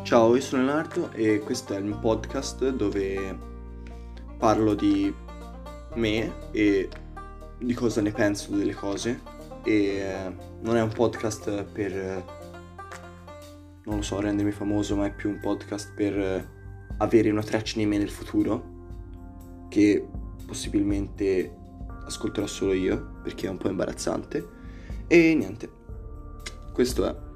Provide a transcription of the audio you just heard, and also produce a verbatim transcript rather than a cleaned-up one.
Ciao, io sono Leonardo e questo è il mio podcast dove parlo di me e di cosa ne penso delle cose e eh, non è un podcast per, eh, non lo so, rendermi famoso, ma è più un podcast per eh, avere una traccia di me nel futuro che possibilmente ascolterò solo io perché è un po' imbarazzante e niente, questo è.